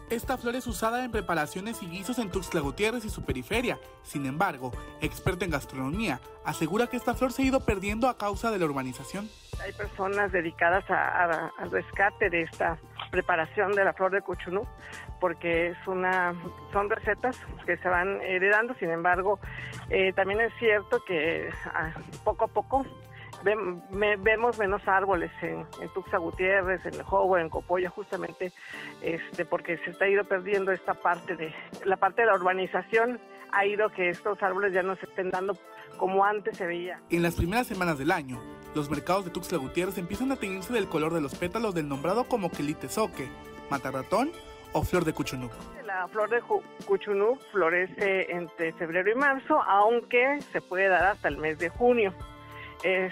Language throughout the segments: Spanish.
Esta flor es usada en preparaciones y guisos en Tuxtla Gutiérrez y su periferia. Sin embargo, experto en gastronomía, asegura que esta flor se ha ido perdiendo a causa de la urbanización. Hay personas dedicadas al rescate de esta preparación de la flor de Cuchunú, porque son recetas que se van heredando. Sin embargo, también es cierto que poco a poco vemos menos árboles en Tuxtla Gutiérrez, en El Jobo, en Copolla, justamente porque se está ido perdiendo esta parte de la urbanización. Ha ido que estos árboles ya no se estén dando como antes se veía. En las primeras semanas del año, los mercados de Tuxtla Gutiérrez empiezan a teñirse del color de los pétalos del nombrado como quelite zoque, matarratón o flor de Cuchunú. La flor de Cuchunú florece entre febrero y marzo, aunque se puede dar hasta el mes de junio. El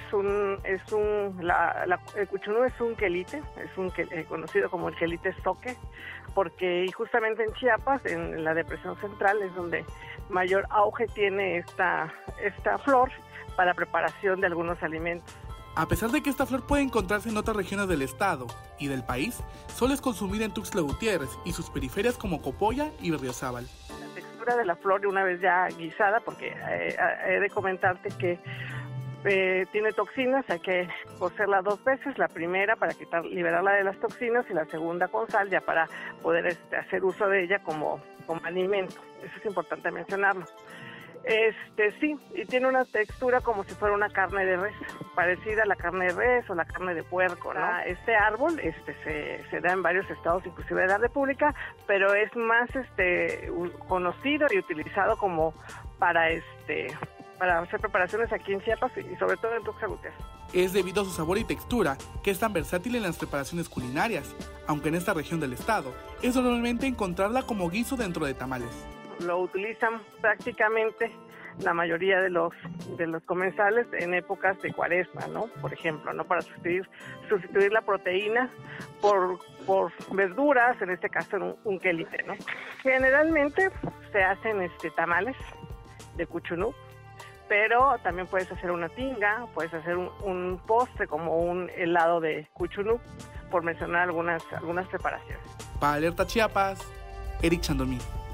Cuchunú es un quelite, conocido como el quelite zoque, porque justamente en Chiapas, en la depresión central, es donde mayor auge tiene esta flor para preparación de algunos alimentos. A pesar de que esta flor puede encontrarse en otras regiones del estado y del país, solo es consumida en Tuxtla Gutiérrez y sus periferias como Copolla y Berriozábal. La textura de la flor, una vez ya guisada, porque he de comentarte que tiene toxinas, hay que cocerla 2 veces, la primera para liberarla de las toxinas y la segunda con sal ya para poder hacer uso de ella como alimento. Eso es importante mencionarlo. Sí, y tiene una textura como si fuera una carne de res, parecida a la carne de res o la carne de puerco, ¿no? Este árbol se da en varios estados, inclusive de la República, pero es más conocido y utilizado como para hacer preparaciones aquí en Chiapas y sobre todo en Tuxtla Gutiérrez. Es debido a su sabor y textura que es tan versátil en las preparaciones culinarias, aunque en esta región del estado es normalmente encontrarla como guiso dentro de tamales. Lo utilizan prácticamente la mayoría de los comensales en épocas de cuaresma, ¿no? Por ejemplo, ¿no? Para sustituir la proteína por verduras, en este caso un quelite, ¿no? Generalmente se hacen tamales de Cuchunú, pero también puedes hacer una tinga, puedes hacer un postre como un helado de Cuchunú, por mencionar algunas preparaciones. Para Alerta Chiapas, Eric Chandomí.